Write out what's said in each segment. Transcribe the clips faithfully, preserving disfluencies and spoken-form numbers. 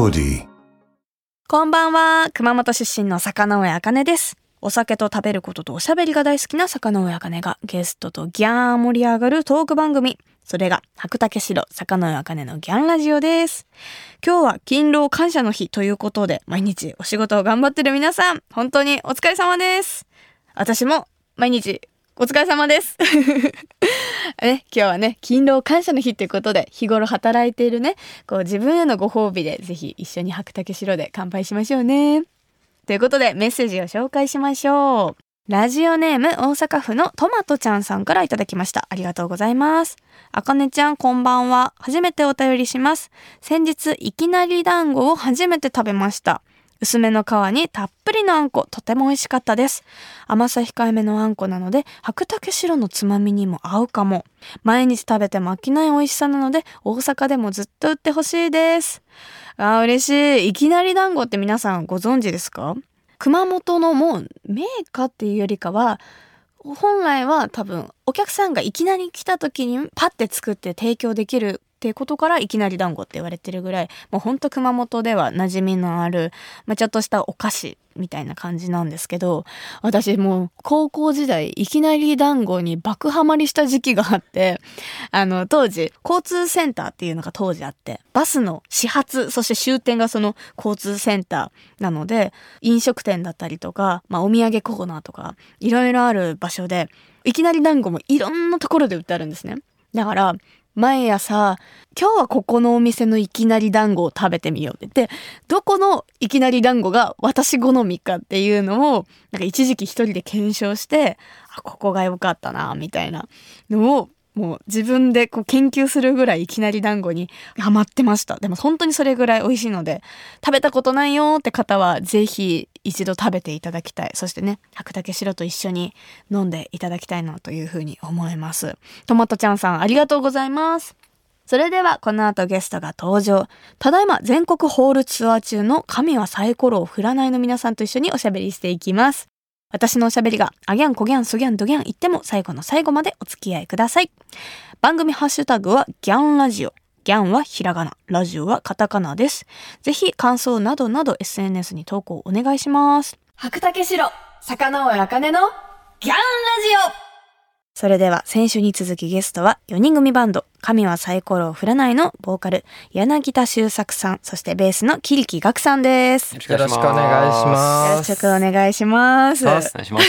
オーディ。 こんばんは。熊本出身の坂上茜です。お酒と食べることとおしゃべりが大好きな坂上茜がゲストとギャー盛り上がるトーク番組。それが白竹城坂上茜のギャンラジオです。今日は勤労感謝の日ということで、毎日お仕事を頑張ってる皆さん、本当にお疲れ様です。私も毎日お疲れ様です。ね、今日はね、勤労感謝の日ということで、日頃働いているね、こう自分へのご褒美で、ぜひ一緒に白竹城で乾杯しましょうね。ということで、メッセージを紹介しましょう。ラジオネーム大阪府のトマトちゃんさんからいただきました。ありがとうございます。あかねちゃんこんばんは。初めてお便りします。先日いきなり団子を初めて食べました。薄めの皮にたっぷりのあんこ、とても美味しかったです。甘さ控えめのあんこなので白竹城のつまみにも合うかも。毎日食べても飽きない美味しさなので大阪でもずっと売ってほしいです。あー嬉しい。いきなり団子って皆さんご存知ですか？熊本のもうメーカーっていうよりかは、本来は多分お客さんがいきなり来た時にパッて作って提供できるっていうことからいきなり団子って言われてるぐらい、もうほんと熊本では馴染みのある、まあ、ちょっとしたお菓子みたいな感じなんですけど、私もう高校時代いきなり団子に爆ハマりした時期があって、あの当時交通センターっていうのが当時あって、バスの始発そして終点がその交通センターなので、飲食店だったりとか、まあ、お土産コーナーとかいろいろある場所でいきなり団子もいろんなところで売ってあるんですね。だから毎朝今日はここのお店のいきなり団子を食べてみようって言って、どこのいきなり団子が私好みかっていうのをなんか一時期一人で検証して、あ、ここが良かったなみたいなのをもう自分でこう研究するぐらいいきなり団子にハマってました。でも本当にそれぐらい美味しいので、食べたことないよって方はぜひ一度食べていただきたい。そしてね、白竹城と一緒に飲んでいただきたいなというふうに思います。トマトちゃんさんありがとうございます。それではこの後ゲストが登場。ただいま全国ホールツアー中の神はサイコロを振らないの皆さんと一緒におしゃべりしていきます。私のおしゃべりがあギャンコギャンソギャンドギャン言っても最後の最後までお付き合いください。番組ハッシュタグはギャンラジオ。ギャンはひらがな、ラジオはカタカナです。ぜひ感想などなど エスエヌエス に投稿お願いします。白竹城坂上茜のギャンラジオ。それでは先週に続きゲストはよにん組バンド神はサイコロを振らないのボーカル柳田修作さん、そしてベースの桐木岳さんです。 よろしくお願いします。 よろしくお願いします。 お願いします。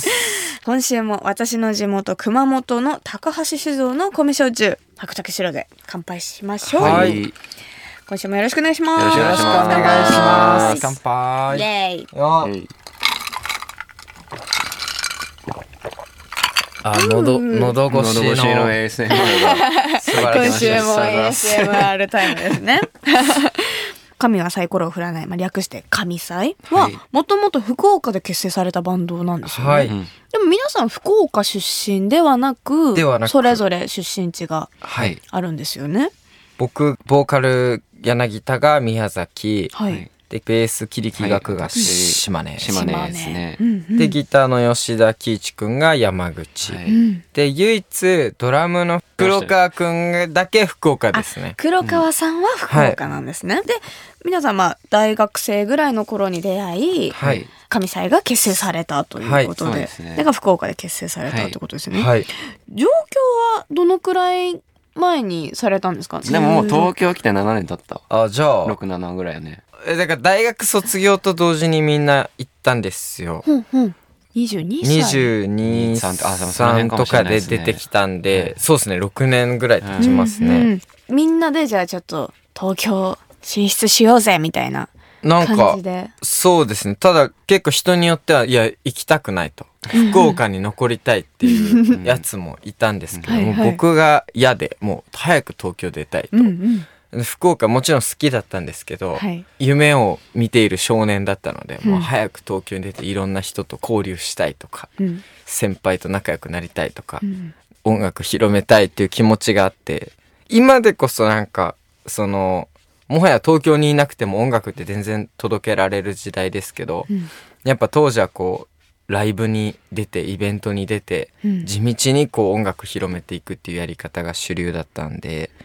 今週も私の地元熊本の高橋酒造の米焼酎白竹城で乾杯しましょう。 はい。 今週もよろしくお願いします。 よろしくお願いします。乾杯。 イエーイ。 よっ。あ、喉、喉越しの エーエスエムアール が素晴らしい。 今週も エーエスエムアール タイムですね。神はサイコロを振らない、まあ、略して神サイはもともと福岡で結成されたバンドなんですよね。はい、でも皆さん福岡出身ではなく、ではなくそれぞれ出身地があるんですよね。はい、 僕ボーカル柳田が宮崎、 はい、 でベース桐木岳が島根、 はい、島根ですね。 うんうん、 でギターの吉田喜一くんが山口、はい、で唯一ドラムの黒川くんだけ福岡ですね。 黒川さんは福岡なんですね。うん、で皆さんまあ大学生ぐらいの頃に出会い、はい、神祭が結成されたということで、はい、そ, でね、だから福岡で結成されたってことですね。はい、状況はどのくらい前にされたんですか？ でももう東京来てななねん経った。 あ、じゃあろく、ななぐらいよね。 だから大学卒業と同時にみんな行ったんですよ。 ふんふんにじゅうにさいにじゅうに、さんとかで出てきたんで、はい、そうですねろくねんぐらい経ちますね。うんうん、みんなでじゃあちょっと東京進出しようぜみたいな感じで。 なんかそうですね。ただ結構人によってはいや行きたくないと、福岡に残りたいっていうやつもいたんですけども、はいはい、僕が嫌でもう早く東京出たいと、うんうん、福岡もちろん好きだったんですけど、はい、夢を見ている少年だったので、うん、もう早く東京に出ていろんな人と交流したいとか、うん、先輩と仲良くなりたいとか、うん、音楽広めたいっていう気持ちがあって、今でこそなんかそのもはや東京にいなくても音楽って全然届けられる時代ですけど、うん、やっぱ当時はこうライブに出てイベントに出て、うん、地道にこう音楽広めていくっていうやり方が主流だったんで、うん、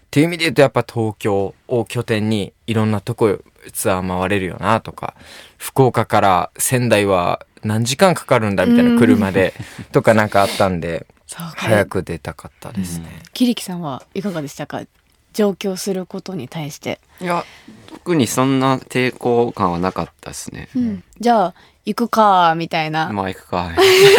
っていう意味で言うとやっぱ東京を拠点にいろんなとこツアー回れるよなとか、福岡から仙台は何時間かかるんだみたいな車でとかなんかあったんで早く出たかったですね。 キリキさんはいかがでしたか、上京することに対して。 いや特にそんな抵抗感はなかったですね、 うん、じゃあ行くかみたいな。 まあ行くか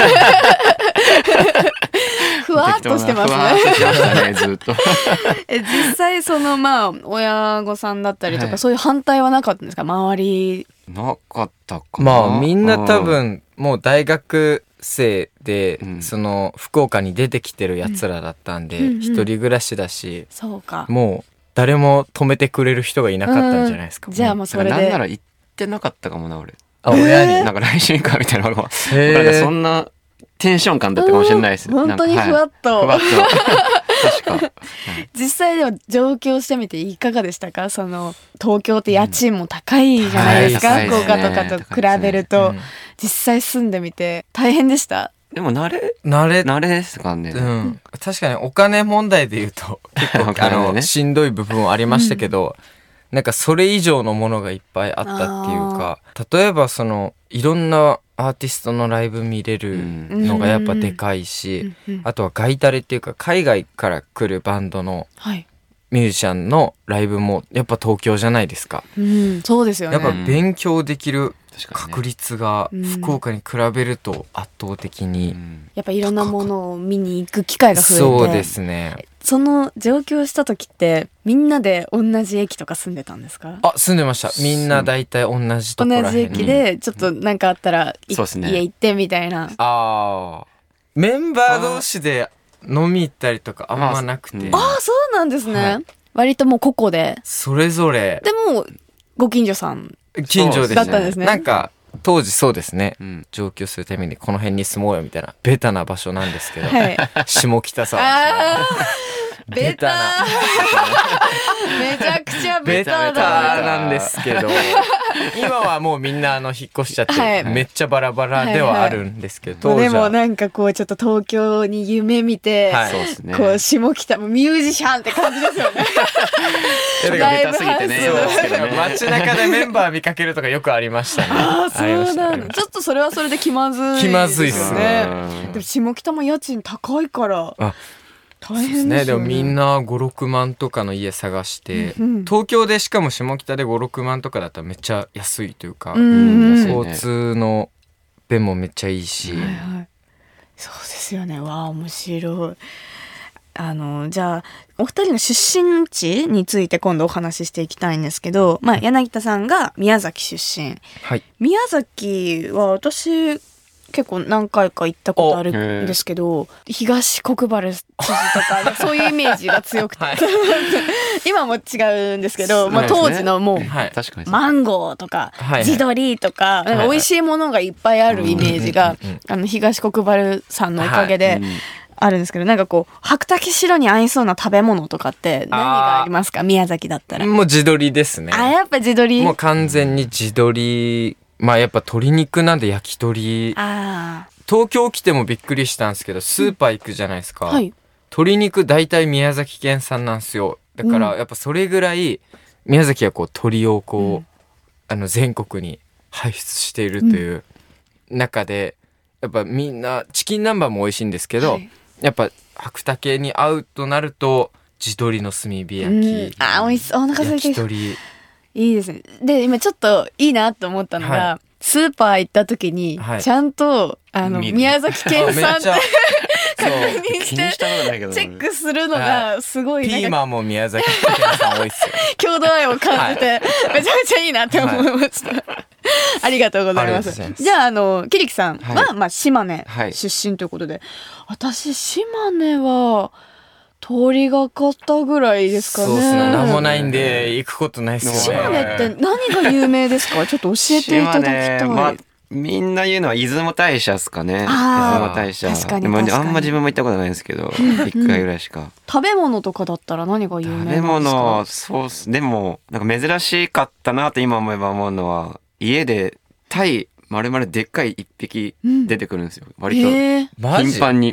ふわっとしてますね。 ふわっとしてましたねずっとえ実際そのまあ親御さんだったりとか、はい、そういう反対はなかったんですか、周り。 なかったかな。 まあみんな多分もう大学生で、うん、その福岡に出てきてるやつらだったんで、うんうんうん、一人暮らしだし、 そうか、 もう誰も止めてくれる人がいなかったんじゃないですか、 うん、じゃあもうそれでなんなら行ってなかったかもな俺。 あ、親になんか来週かみたいなのがなんかそんなテンション感だったかもしれないです。 本当にふわっと、 はい、ふわっと確か、はい、 実際では上京してみていかがでしたか。その東京って家賃も高いじゃないですか、うん、福岡とかと比べると、ね、うん、実際住んでみて大変でした。 でも慣れ慣れ慣れですかね、 うん、確かにお金問題で言うと結構あの、ね、しんどい部分はありましたけど、うん、なんかそれ以上のものがいっぱいあったっていうか、例えばそのいろんなアーティストのライブ見れるのがやっぱでかいし、うん、あとはガイタレっていうか海外から来るバンドのミュージシャンのライブもやっぱ東京じゃないですか、 うん、そうですよね。 やっぱ勉強できる確率が福岡に比べると圧倒的に、うん、 やっぱいろんなものを見に行く機会が増えて、 そうですね。 その上京した時ってみんなで同じ駅とか住んでたんですか。 あ、住んでました。みんな大体同じところらへんに同じ駅でちょっとなんかあったら、うん、家行ってみたいな。 あ、メンバー同士で飲み行ったりとかあんまなくて。 ああ、そうなんですね、はい、割ともう個々でそれぞれ。 でもご近所さん近所でだったんですね。 なんか当時そうですね、うん、上京するためにこの辺に住もうよみたいなベタな場所なんですけど、はい、下北沢ベタなめちゃくちゃベタだベタなんですけど今はもうみんなあの引っ越しちゃって、はい、めっちゃバラバラではあるんですけど、 はいはい、でもなんかこうちょっと東京に夢見て、はい、こう下北もミュージシャンって感じですよねベタすぎてね街中でメンバー見かけるとかよくありましたね。 あ、そうなんだ。ちょっとそれはそれで気まずいですね。 気まずいっすね。 でも下北も家賃高いからあ大変ですよね。 ね、でもみんなごろくまんとかの家探して、うんうん、東京でしかも下北でごろくまんとかだったらめっちゃ安いというか、うんうん、交通の便もめっちゃいいし、はいはい、 そうですよね。わあ面白い。あのじゃあお二人の出身地について今度お話ししていきたいんですけど、まあ、柳田さんが宮崎出身、はい、宮崎は私結構何回か行ったことあるんですけど、東国原知事とかそういうイメージが強くて、はい、今も違うんですけど、まあ、当時のもう、はい、マンゴーとか、はい、地鶏とか、なんか美味しいものがいっぱいあるイメージが、あの東国原さんのおかげで、はい、あるんですけど、なんかこう白竹城に合いそうな食べ物とかって何がありますか、宮崎だったら。 もう地鶏ですね。 あ、やっぱ地鶏。 もう完全に地鶏。まあやっぱ鶏肉なんで焼き鳥。あ、東京来てもびっくりしたんですけど、スーパー行くじゃないですか、うん、はい、鶏肉大体宮崎県産なんですよ。だからやっぱそれぐらい宮崎はこう鶏をこう、うん、あの全国に排出しているという中で、やっぱみんなチキン南蛮も美味しいんですけど、はい、やっぱ白竹に合うとなると地鶏の炭火焼き、うん、 あ美味しそう。お腹空いてる。 焼き鳥いいですね。で今ちょっといいなと思ったのが、はい、スーパー行った時にちゃんと、はい、あの宮崎県産って確認してチェックするのがすごい、 ピーマンも宮崎県産多いっすよ郷土愛を感じて、はい、めちゃめちゃいいなって思いました、はい、ありがとうございます。じゃああのキリキさんは、はい、まあ、島根出身ということで、はい、私島根は通りがかったぐらいですかね。 そうですね。なんもないんで行くことないですよね。 島根って何が有名ですか？ちょっと教えていただきたい。まあ、 みんな言うのは出雲大社ですかね。出雲大社。 確かに確かに。 でもあんま自分も行ったことないんですけど、一回ぐらいしか。 食べ物とかだったら何が有名なんですか？ 食べ物、そうっす。でもなんか珍しかったなと今思えば思うのは、家でタイ丸々でっかい一匹出てくるんですよ。割と頻繁に。うん。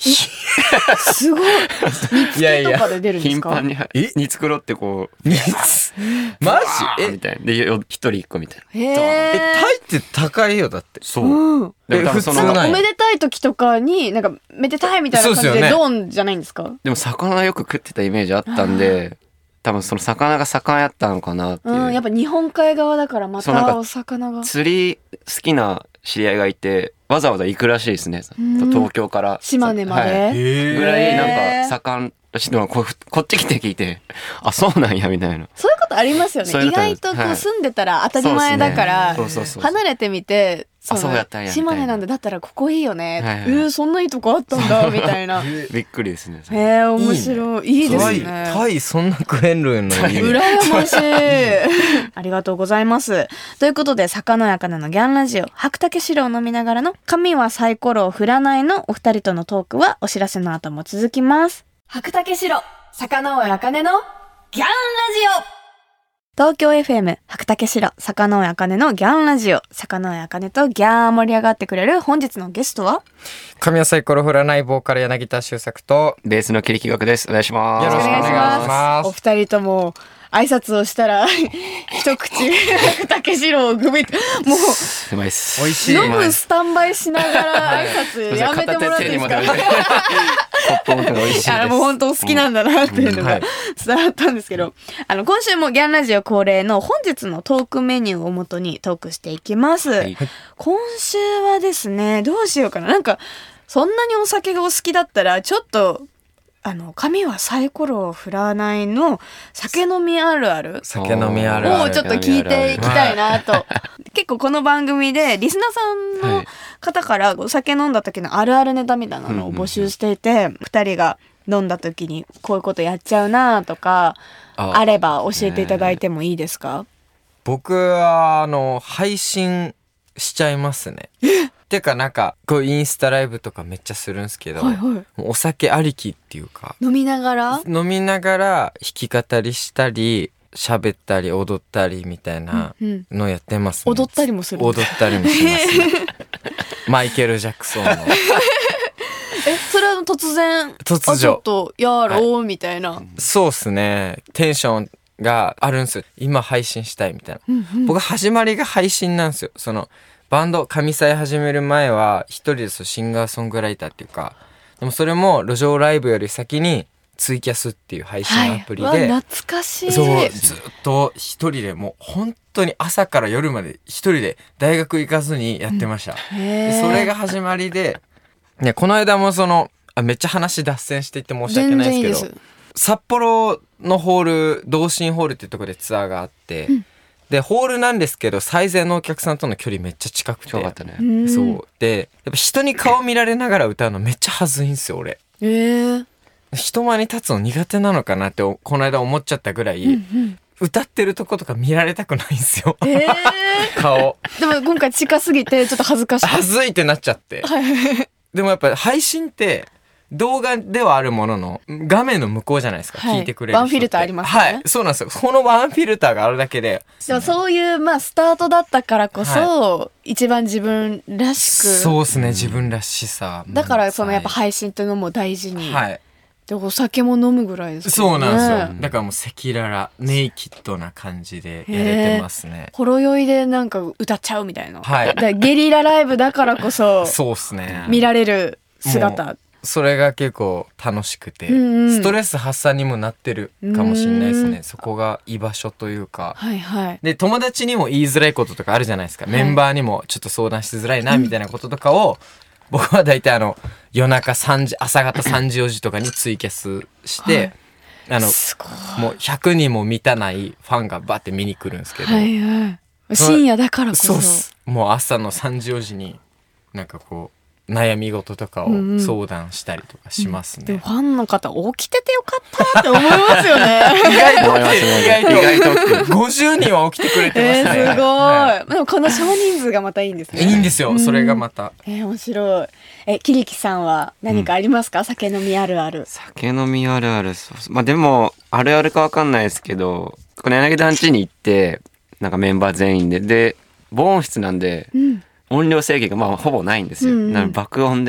すごい。見つけとかで出るんですか？ 頻繁にえに繕ってこうマジえみたいなでよ一人一個みたいな。 へえ、 え。 タイって高いよだって。 そう、 うん。 でも多分そのえ普通ないおめでたい時とかになんかめでたいみたいな感じでそうですよねドンじゃないんですか？ でも魚よく食ってたイメージあったんで、多分その魚が盛んやったのかなっていう。 うん、やっぱ日本海側だからまそうなんかたお魚が。 釣り好きな知り合いがいて、わざわざ行くらしいですね。 ん東京から島根まで。 はいえぐらいなんへーか盛んらしいのがここっち来て聞いて、あ、そうなんやみたいな。 そういうことありますよね。意そういうことあり外ますとこう住んでたら当たり前だから、 そうそうそうそう離れてみて、 あそうやったんやみたいな島根なんだ、だったらここいいよね。 はいはいえー、そんないいとこあったんだ、みたいな。へびっくりですね。 えー、面白い。いいですタイ、 ね。 タイそんな食えるのに。 羨ましい。ありがとうございます。ということで、坂のやかなのギャンラジオ、白竹白を飲みながらの、髪はサイコロを振らないのお二人とのトークはお知らせの後も続きます。白竹白、坂上茜のギャンラジオ。東京 エフエム 白竹城坂上茜のギャンラジオ、坂上茜とギャー盛り上がってくれる本日のゲストは、 神谷サイコロ振らないボーカル柳田修作とベースの桐木学です。お願いします。 よろしくお願いします。 お二人とも挨拶をしたら一口白竹城をグビッもううまいっす。 美味しい。 飲むスタンバイしながら挨拶やめてもらっていいですか？ コップも美味しいです。 あのもう本当好きなんだなっていうのが伝わったんですけど、あの今週もギャンラジオ恒例の本日のトークメニューをもとにトークしていきます。 はい、 今週はですね、どうしようかな。なんかそんなにお酒がお好きだったらちょっとあの髪はサイコロを振らないの酒飲みあるある酒飲みあるあるをちょっと聞いていきたいなと。結構この番組でリスナーさんの方からお酒飲んだ時のあるあるネタみたいなのを募集していて、二人が飲んだ時にこういうことやっちゃうなとかああれば教えていただいてもいいですか？ 僕はあの配信しちゃいますね。てかなんかこうインスタライブとかめっちゃするんですけど、 はいはい、 もうお酒ありきっていうか、 飲みながら飲みながら弾き語りしたり喋ったり踊ったりみたいなのやってますね。 踊ったりもする。 踊ったりもしますね。マイケル・ジャクソンの。 え、それは突然突如あちょっとやろう、はい、みたいな。 そうっすね。テンションがあるんですよ。今配信したいみたいな、うんうん、僕始まりが配信なんですよ。そのバンド神祭始める前は一人でシンガーソングライターっていうか、でもそれも路上ライブより先にツイキャスっていう配信アプリで、はい、 懐かしい。 そうずっと一人でもう本当に朝から夜まで一人で大学行かずにやってました、うん、でそれが始まりで、ね、この間もそのあめっちゃ話脱線していって申し訳ないですけど、札幌のホール同心ホールっていうところでツアーがあって、うん、でホールなんですけど最前のお客さんとの距離めっちゃ近くて、 近かったね。 そうでやっぱ人に顔見られながら歌うのめっちゃ恥ずいんですよ俺。 えー、 人前に立つの苦手なのかなってこの間思っちゃったぐらい、うんうん、歌ってるとことか見られたくないんですよ、 えー、 顔。 でも今回近すぎてちょっと恥ずかしい。 恥ずいってなっちゃって、はい、でもやっぱ配信って動画ではあるものの画面の向こうじゃないですか、はい、聞いてくれる人って。ワンフィルターありますね。はい、そうなんですよ。このワンフィルターがあるだけで。 でもそういうまあスタートだったからこそ、はい、一番自分らしく。 そうですね、自分らしさ。 だからそのやっぱ配信っていうのも大事に。はい。でお酒も飲むぐらいですね。 そうなんですよ。だからもう赤裸々ネイキッドな感じでやれてますね。 ほろ酔いでなんか歌っちゃうみたいな。はい。だゲリラライブだからこそ。 そうですね。 見られる姿。 それが結構楽しくて、うんうん、ストレス発散にもなってるかもしれないですね。そこが居場所というか、 はいはい、 で友達にも言いづらいこととかあるじゃないですか、はい、メンバーにもちょっと相談しづらいなみたいなこととかを、うん、僕は大体あの夜中さんじ朝方さんじよじとかにツイキャスして、はい、あのもうひゃくにんも満たないファンがバッて見に来るんですけど、 はいはい、深夜だからこそ。 そうっす。もう朝のさんじよじになんかこう悩み事とかを相談したりとかしますね。 うんうん、でもファンの方起きててよかったって思いますよね。 意外と意外と意外とごじゅうにんは起きてくれてますね。 えー、すごい、 はい、 でもこの少人数がまたいいんですね。 いいんですよ、それがまた。 えー、面白い。え、キリキさんは何かありますか、うん、酒飲みあるある。 酒飲みあるある。そうまあでもあるあるかわかんないですけど、この柳田ん家に行ってなんかメンバー全員でで防音室なんで。うん、音量制限がまあほぼないんですよ、うんうん、なので爆音で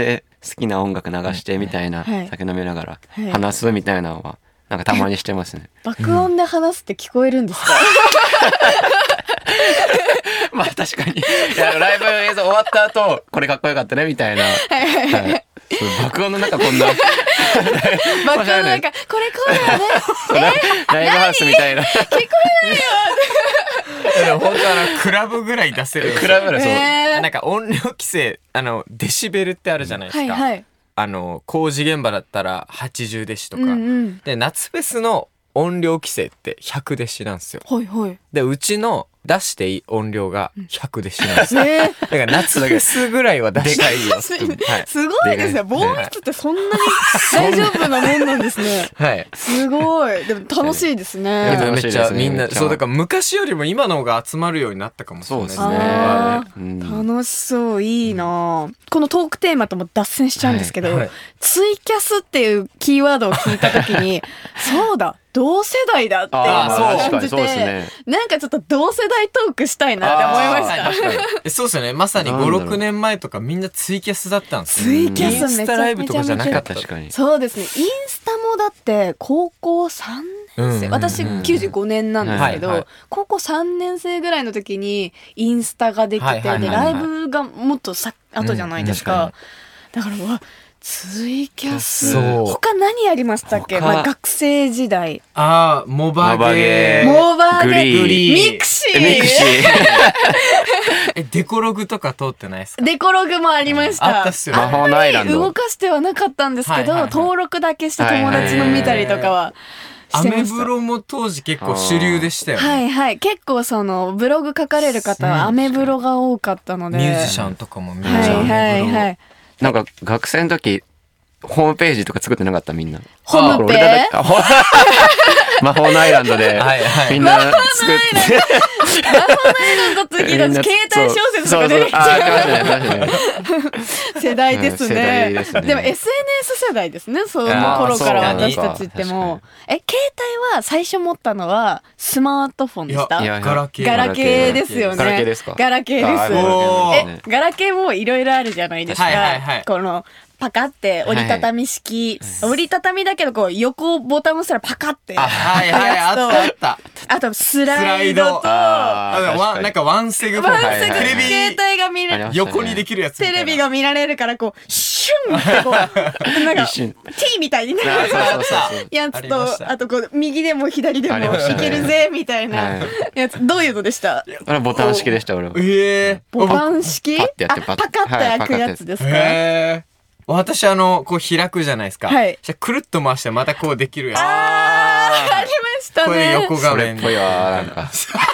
好きな音楽流してみたいな、 はい酒飲みながらはい話すみたいなのはなんかたまにしてますね。 爆音で話すって聞こえるんですか？ まあ確かに。いやライブ映像終わった後これかっこよかったねみたいな。はいそう爆音の中こんな爆音なんかこれこうだよね。 そうラライブハウスみたいな。 聞こえないよ。 でも本当あのクラブぐらい出せる。 クラブらそう。 えーなんか音量規制あのデシベルってあるじゃないですか。 はいはい。 あの工事現場だったらはちじゅうデシとか、 うんうん。 で夏フェスの音量規制ってひゃくデシなんですよ。 はいはい。 でうちの出していい音量がひゃくデシなんですよ。 えだから夏フェスぐらいは出したいよっていう。はい。 すごいですよ。防音室ってそんなに大丈夫なもんなんですね。 はい。 すごい。でも楽しいですけね。 どめっちゃみんなめっちゃそうだから昔よりも今の方が集まるようになったかもしれないですね。 そうですねあうんー楽しそういいなぁこのトークテーマとも脱線しちゃうんですけど、 はいはいツイキャスっていうキーワードを聞いた時にそうだ同世代だっていうのをあーそう感じ確かにそうですて、 ねなんかちょっと同世代トークしたいなって思いました。 あー確かにえそうですよね。まさにご、 なんだろうろくねんまえとかみんなツイキャスだったんですよ。 ツイキャスインスタライブとかじゃなかった。 確かに。 そうですね。インスタもだって高校さんねん生、 うんうんうん私きゅうじゅうごねんなんですけど、 はいはい高校さんねん生ぐらいの時にインスタができて、 はいはいはいはいでライブがもっとさ後じゃないですか。だからうわツイキャスそう他何やりましたっけ？ 他まあ、学生時代ああモバモバゲゲー。 モバゲグリーグリーミクシーミクシー。 えデコログとか通ってないですか？ デコログもありました。 あったっすよね魔法のアイランド。 動かしてはなかったんですけど、 はいはいはい登録だけして友達の見たりとかはアしてました。 メブロも当時結構主流でしたよね。 はいはい。結構そのブログ書かれる方はアメブロが多かったので。 ミュージシャンとかもみんなはいアメブロはいはい。 なんか学生の時ホームページとか作ってなかったみんな。 ホームペ俺らだけあほ魔法のアイランドではいはいみんな作って。 魔法のアイランドって聞いたら携帯小説とか出てきちそうそうそうあーゃ出ましたね出ましたねう世代ですうん世代ね。 ですねでも エスエヌエス 世代ですね。その頃から私たちってもう。え、携帯は最初持ったのはスマートフォンでしたいいやガラケー。 ガラケーですよね。 ガラケーですかガラケーあです。 おーえ、ガラケーもいろいろあるじゃないですか。 はいはいはいこの、パカって折りたたみ式、折りたたみだけどこう横ボタン押したらパカってあはいはいあったあった。 あとスライドとスラあーあわなんかワンセグフォンワンセグはいはいテレビ携帯が見れありましたね横にできるやつみたいな。 テレビが見られるからこうシュンってこうなんか一瞬 T みたいになるあそうそうそうそうやつありましたとあとこう右でも左でもありましたねいけるぜみたいなはいやつどういうのでした？ あれボタン式でした俺は。 ええボタン式パッてやってあパッてパカッと開くやつですか？ へえ。私あのこう開くじゃないですか。 はいじゃくるっと回してまたこうできるやつ。 あーありましたこれね。 横画それっ面ぽいわなんか。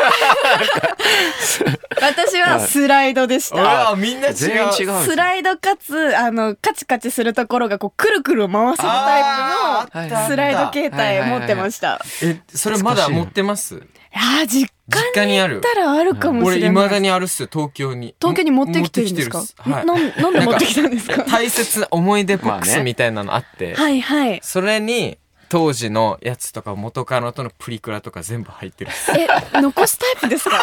私はスライドでしうた。 わみんな違う。 全員違う。 スライドかつあのカチカチするところがこうくるくる回せるタイプあーのスライド携帯持ってました。 えそれまだ持ってます？ いやー実実家にある家に行ったらあるかもし俺れない。 未だにあるっすよ東京に。 東京に持ってきてるんですか？ 持ってきてるっすはい。 ななんで持ってきたんですか？ 大切な思い出ボックまあねスみたいなのあって、 はいはい。 それに当時のやつとか元カノとのプリクラとか全部入ってるっす。 え残すタイプですか？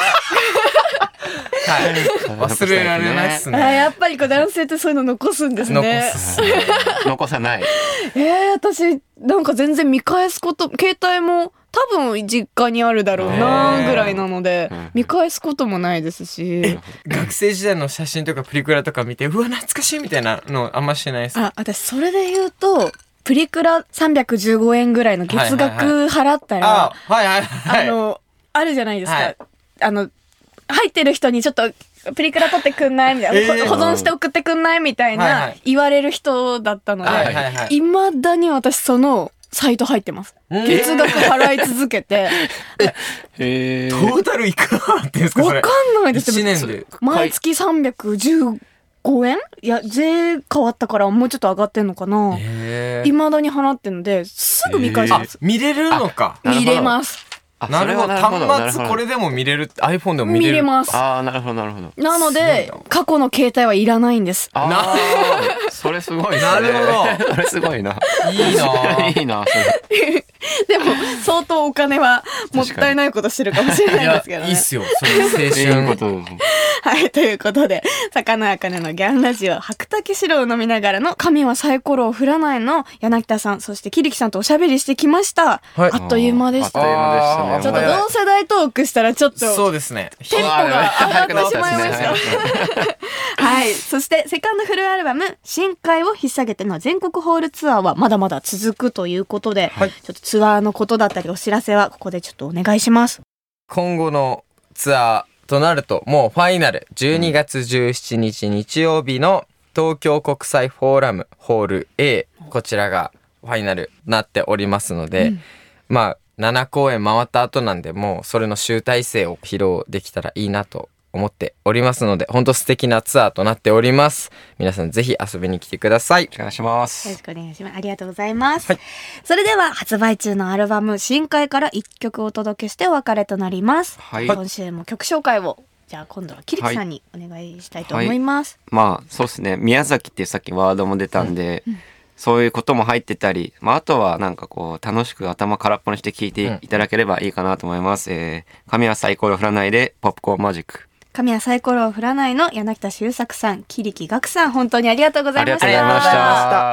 はい。忘れられないっすあね。 やっぱりこう男性ってそういうの残すんです残ね。 す。 残さない。 えー、私なんか全然見返すこと携帯も多分実家にあるだろうなぐらいなのでうん見返すこともないですし。 学生時代の写真とかプリクラとか見てうわ懐かしいみたいなのあんましないっす。 あ、私それで言うとプリクラさんびゃくじゅうごえんぐらいの月額払ったら、 あはいはいはい。 あのあるじゃないですか、 はいあの入ってる人にちょっとプリクラ撮ってくんないみたいな、 えーほ保存して送ってくんないみたいはいはない言われる人だったので、 はいはいはい。 いまだに私そのサイト入ってます。 うん月額払い続けて、 へトータルいくら払ってんすかそれ。 わかんないです一年で。 毎月さんびゃくじゅうごえんいや税変わったからもうちょっと上がってんのかな。 へいまだに払ってるのですぐ見返しあます。 見れるのか。 なるほど見れます。 あなるほど。 それはなるほど端末これでも見れる。iPhone でも見れる。 見れます。 ああなるほどなるほど。 なのすごいでな過去の携帯はいらないんです。 ああそれすごいですね。 なるほどそれすごいな。 いいな。 いいなそれ。 でも相当お金はもったいないことしてるかもしれいやないですけどね。 いいっすよ。それ青いいこ春。 と。 はい、ということで、坂野茜のギャンラジオ、白竹白を飲みながらの神はサイコロを振らないの柳田さん、そして桐木さんとおしゃべりしてきました。はい、あっという間でした。 あっという間でしたね。 ちょっと同世代トークしたらちょっとそうですね。 テンポが上がってしまいました。はい、そしてセカンドフルアルバム深海を引っ提げての全国ホールツアーはまだまだ続くということで、はい、ちょっとツアーのことだったりお知らせはここでちょっとお願いします。 今後のツアーとなるともうファイナルじゅうにがつじゅうしちにち日曜日の東京国際フォーラムホール A、 こちらがファイナルなっておりますので、うん、まあななこうえん回った後なんでもうそれの集大成を披露できたらいいなと思っておりますので、本当素敵なツアーとなっております。皆さんぜひ遊びに来てください。 お願いします。 よろしくお願いします。ありがとうございます、はい、それでは発売中のアルバム深海からいっきょくお届けしてお別れとなります、はい、今週も曲紹介をじゃあ今度は桐木さんにお願いしたいと思います、 はいはい、まあそうですね、宮崎っていうさっきワードも出たんで、うんうん、そういうことも入ってたり、まあ、あとはなんかこう楽しく頭空っぽにして聴いていただければいいかなと思います、うん、えー、神はサイコロ振らないでポップコーンマジック。 神はサイコロを振らないの柳田周作さん、桐木岳さん、本当にありがとうございました。 ありがとうございました。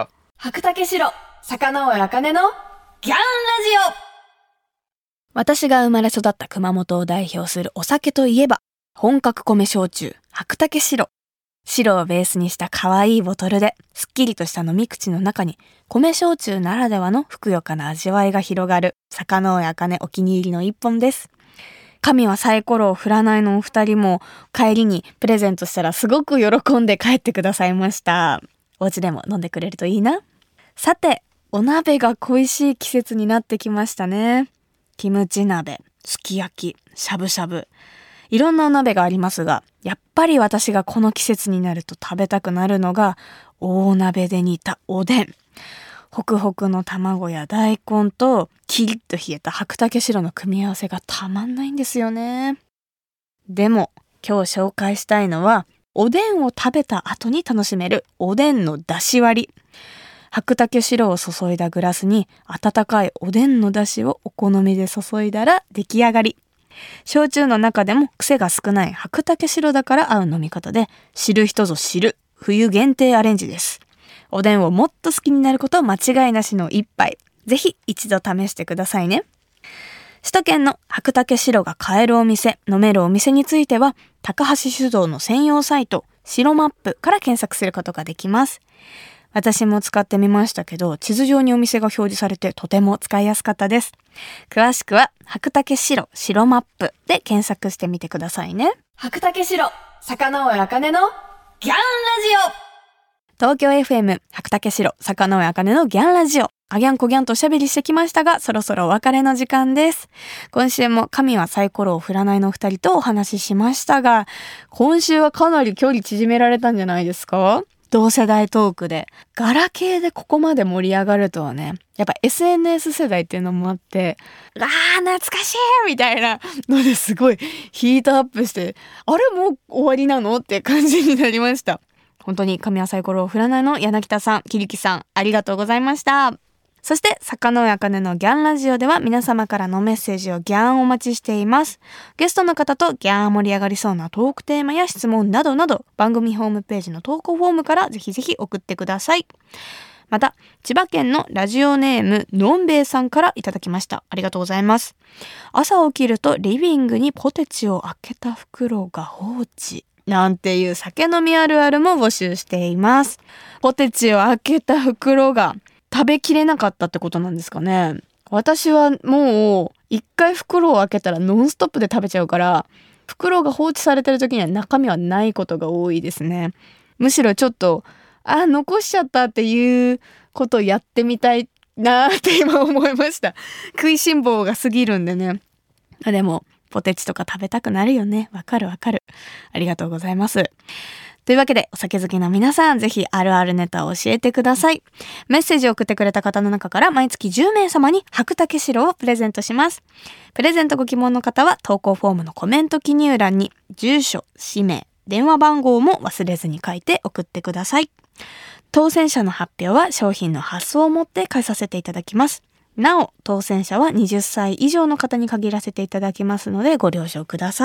白竹城、坂上茜のギャンラジオ。私が生まれ育った熊本を代表するお酒といえば本格米焼酎白竹白。白をベースにした可愛いボトルで、すっきりとした飲み口の中に米焼酎ならではのふくよかな味わいが広がる坂上茜お気に入りの一本です。神はサイコロを振らないのお二人も帰りにプレゼントしたらすごく喜んで帰ってくださいました。お家でも飲んでくれるといいな。さて、お鍋が恋しい季節になってきましたね。キムチ鍋、すき焼き、しゃぶしゃぶ、いろんなお鍋がありますが、やっぱり私がこの季節になると食べたくなるのが大鍋で煮たおでん。ホクホクの卵や大根とキリッと冷えた白竹白の組み合わせがたまんないんですよね。でも今日紹介したいのはおでんを食べた後に楽しめるおでんの出し割り。白竹白を注いだグラスに温かいおでんの出汁をお好みで注いだら出来上がり。焼酎の中でも癖が少ない白竹白だから合う飲み方で、知る人ぞ知る冬限定アレンジです。おでんをもっと好きになること間違いなしの一杯。ぜひ一度試してくださいね。首都圏の白竹白が買えるお店、飲めるお店については、高橋酒造の専用サイト、白マップから検索することができます。私も使ってみましたけど、地図上にお店が表示されてとても使いやすかったです。詳しくは、白竹白、白マップで検索してみてくださいね。白竹白、坂上茜のギャンラジオ。東京 エフエム 白竹城坂上茜のギャンラジオ。あギャンコギャンとおしゃべりしてきましたが、そろそろお別れの時間です。今週も神はサイコロを振らないの二人とお話ししましたが、今週はかなり距離縮められたんじゃないですか？同世代トークでガラケーでここまで盛り上がるとはね、やっぱ エスエヌエス 世代っていうのもあって、あー懐かしいみたいなのですごいヒートアップして、あれもう終わりなのって感じになりました。本当に神はサイコロを振らないの柳田さん、桐木さん、ありがとうございました。そして坂上茜のギャンラジオでは皆様からのメッセージをギャンお待ちしています。ゲストの方とギャン盛り上がりそうなトークテーマや質問などなど、番組ホームページの投稿フォームからぜひぜひ送ってください。また千葉県のラジオネームのんべいさんからいただきました。ありがとうございます。朝起きるとリビングにポテチを開けた袋が放置なんていう酒飲みあるあるも募集しています。ポテチを開けた袋が食べきれなかったってことなんですかね。私はもう一回袋を開けたらノンストップで食べちゃうから、袋が放置されてる時には中身はないことが多いですね。むしろちょっとあ残しちゃったっていうことをやってみたいなって今思いました。食いしん坊が過ぎるんでね。あでもポテチとか食べたくなるよね。わかるわかる。ありがとうございます。というわけで、お酒好きの皆さん、ぜひあるあるネタを教えてください。メッセージを送ってくれた方の中から毎月じゅうめい様に白竹白をプレゼントします。プレゼントご希望の方は投稿フォームのコメント記入欄に住所、氏名、電話番号も忘れずに書いて送ってください。当選者の発表は商品の発送をもって返させていただきます。なお、当選者ははたち以上の方に限らせていただきますのでご了承ください。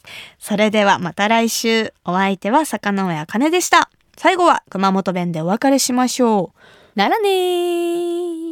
それではまた来週。お相手は坂上茜でした。最後は熊本弁でお別れしましょう。ならねー。